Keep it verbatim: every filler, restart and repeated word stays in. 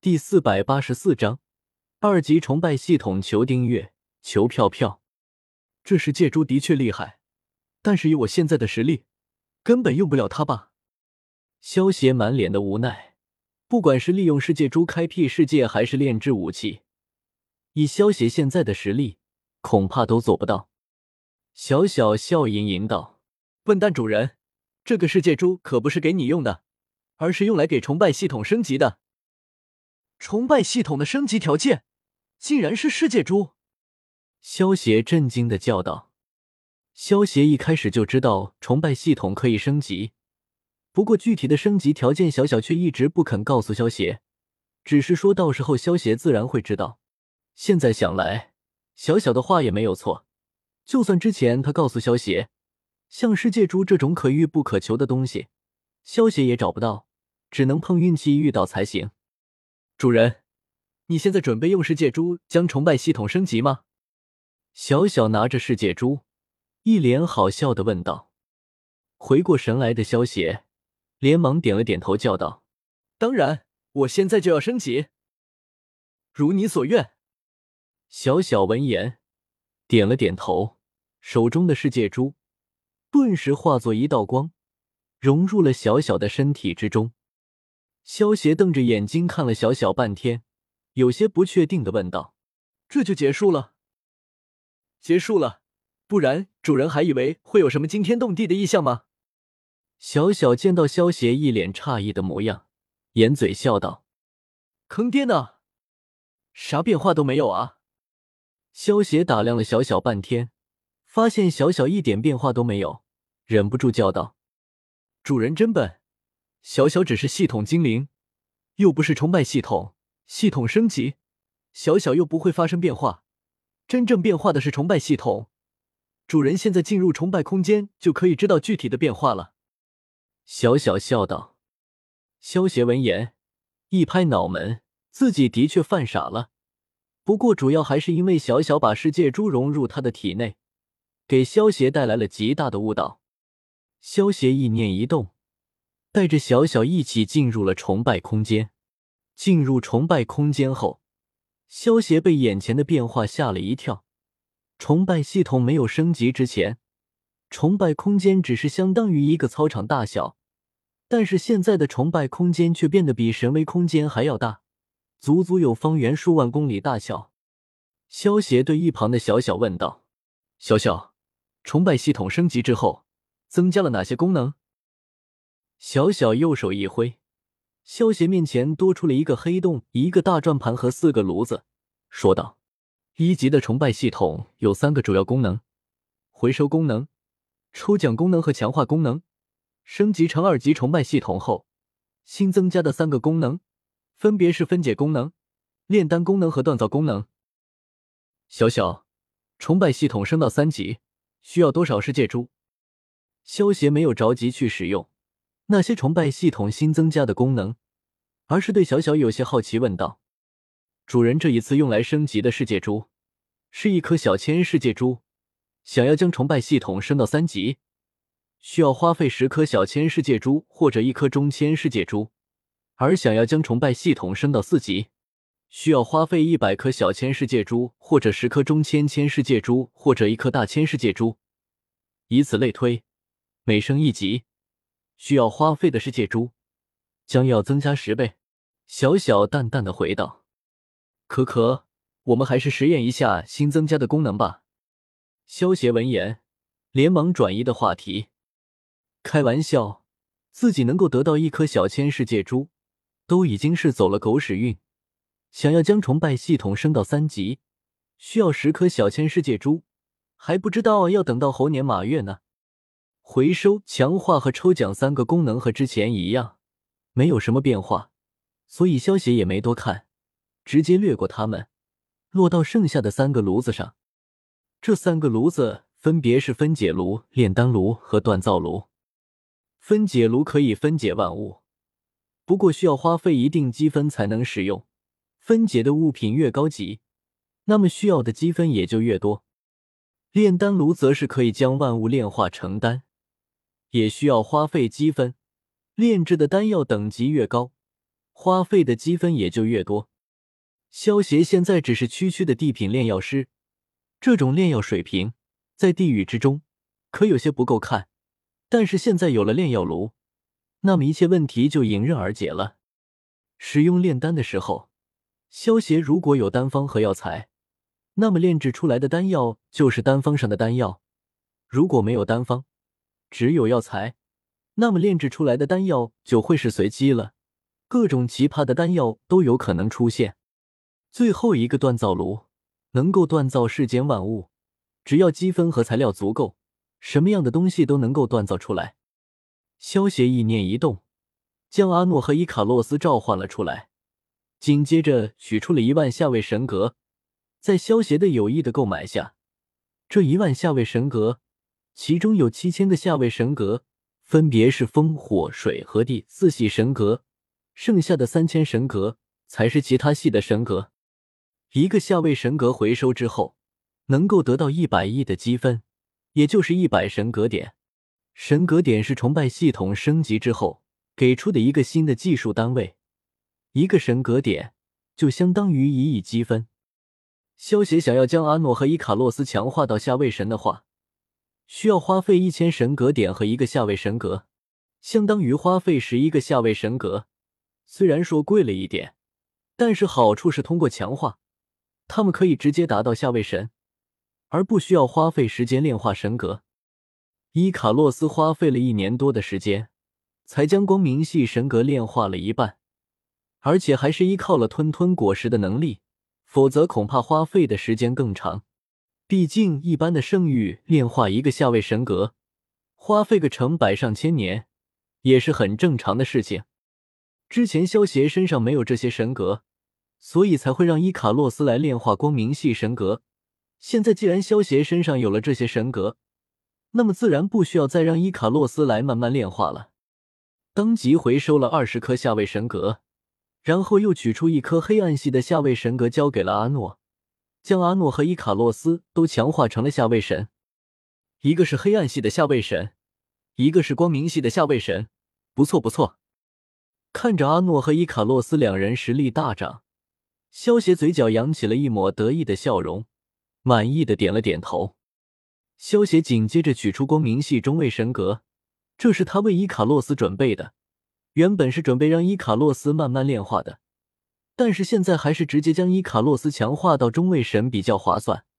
第四百八十四章二级崇拜系统，求订阅，求票票。这世界珠的确厉害，但是以我现在的实力，根本用不了它吧？萧协满脸的无奈，不管是利用世界珠开辟世界，还是炼制武器，以萧协现在的实力，恐怕都做不到。小小笑吟吟道：“笨蛋主人，这个世界珠可不是给你用的，而是用来给崇拜系统升级的。”崇拜系统的升级条件，竟然是世界珠！萧协震惊地叫道。萧协一开始就知道崇拜系统可以升级，不过具体的升级条件小小却一直不肯告诉萧协，只是说到时候萧协自然会知道。现在想来，小小的话也没有错，就算之前他告诉萧协，像世界珠这种可遇不可求的东西，萧协也找不到，只能碰运气遇到才行。主人，你现在准备用世界珠将崇拜系统升级吗？小小拿着世界珠，一脸好笑地问道。回过神来的萧协连忙点了点头，叫道：“当然，我现在就要升级。”如你所愿。小小闻言点了点头，手中的世界珠顿时化作一道光，融入了小小的身体之中。萧协瞪着眼睛看了小小半天，有些不确定地问道：“这就结束了？”“结束了，不然主人还以为会有什么惊天动地的异象吗？”小小见到萧协一脸诧异的模样，掩嘴笑道：“坑爹呢？啥变化都没有啊？”萧协打量了小小半天，发现小小一点变化都没有，忍不住叫道：“主人真笨，小小只是系统精灵，又不是崇拜系统，系统升级，小小又不会发生变化，真正变化的是崇拜系统。主人现在进入崇拜空间就可以知道具体的变化了。”小小笑道。萧协闻言一拍脑门，自己的确犯傻了，不过主要还是因为小小把世界珠融入他的体内，给萧协带来了极大的误导。萧协意念一动，带着小小一起进入了崇拜空间。进入崇拜空间后，萧协被眼前的变化吓了一跳。崇拜系统没有升级之前，崇拜空间只是相当于一个操场大小，但是现在的崇拜空间却变得比神威空间还要大，足足有方圆数万公里大小。萧协对一旁的小小问道：“小小，崇拜系统升级之后，增加了哪些功能？”小小右手一挥，萧协面前多出了一个黑洞、一个大转盘和四个炉子，说道：“一级的崇拜系统有三个主要功能：回收功能、抽奖功能和强化功能。升级成二级崇拜系统后，新增加的三个功能分别是分解功能、炼丹功能和锻造功能。”小小，崇拜系统升到三级需要多少世界珠？萧协没有着急去使用那些崇拜系统新增加的功能，而是对小小有些好奇问道：“主人这一次用来升级的世界珠是一颗小千世界珠，想要将崇拜系统升到三级，需要花费十颗小千世界珠或者一颗中千世界珠，而想要将崇拜系统升到四级，需要花费一百颗小千世界珠或者十颗中千千世界珠或者一颗大千世界珠，以此类推，每升一级需要花费的世界珠将要增加十倍。”小小淡淡的回道：“可可，我们还是实验一下新增加的功能吧。”萧协闻言连忙转移的话题：“开玩笑，自己能够得到一颗小千世界珠都已经是走了狗屎运，想要将崇拜系统升到三级需要十颗小千世界珠，还不知道要等到猴年马月呢。回收、强化和抽奖三个功能和之前一样，没有什么变化，所以萧协也没多看，直接略过它们，落到剩下的三个炉子上。这三个炉子分别是分解炉、炼丹炉和锻造炉。分解炉可以分解万物，不过需要花费一定积分才能使用，分解的物品越高级，那么需要的积分也就越多。炼丹炉则是可以将万物炼化成丹，也需要花费积分，炼制的丹药等级越高， 花费的积分也就越多。萧协现在只是区区的地品炼药师，这种炼药水平在地狱之中可有些不够看，但是现在有了炼药炉，那么一切问题就迎刃而解了。使用炼丹的时候，萧协如果有丹方和药材，那么炼制出来的丹药就是丹方上的丹药，如果没有丹方，只有药材，那么炼制出来的丹药就会是随机了，各种奇葩的丹药都有可能出现。最后一个锻造炉能够锻造世间万物，只要积分和材料足够，什么样的东西都能够锻造出来。萧协意念一动，将阿诺和伊卡洛斯召唤了出来，紧接着取出了一万下位神格，在萧协的有意的购买下，这一万下位神格其中有七千个下位神格分别是风火水和地四系神格，剩下的三千神格才是其他系的神格。一个下位神格回收之后能够得到一百亿的积分，也就是一百神格点。神格点是崇拜系统升级之后给出的一个新的技术单位，一个神格点就相当于一亿积分。萧协想要将阿诺和伊卡洛斯强化到下位神的话，需要花费一千神格点和一个下位神格，相当于花费十一个下位神格。虽然说贵了一点，但是好处是通过强化，他们可以直接达到下位神，而不需要花费时间炼化神格。伊卡洛斯花费了一年多的时间，才将光明系神格炼化了一半，而且还是依靠了吞吞果实的能力，否则恐怕花费的时间更长。毕竟一般的圣域炼化一个下位神格，花费个成百上千年，也是很正常的事情。之前萧协身上没有这些神格，所以才会让伊卡洛斯来炼化光明系神格。现在既然萧协身上有了这些神格，那么自然不需要再让伊卡洛斯来慢慢炼化了。当即回收了二十颗下位神格，然后又取出一颗黑暗系的下位神格交给了阿诺，将阿诺和伊卡洛斯都强化成了下位神。一个是黑暗系的下位神，一个是光明系的下位神，不错不错。看着阿诺和伊卡洛斯两人实力大涨，萧协嘴角扬起了一抹得意的笑容，满意的点了点头。萧协紧接着取出光明系中位神格，这是他为伊卡洛斯准备的，原本是准备让伊卡洛斯慢慢炼化的，但是现在还是直接将伊卡洛斯强化到中位神比较划算。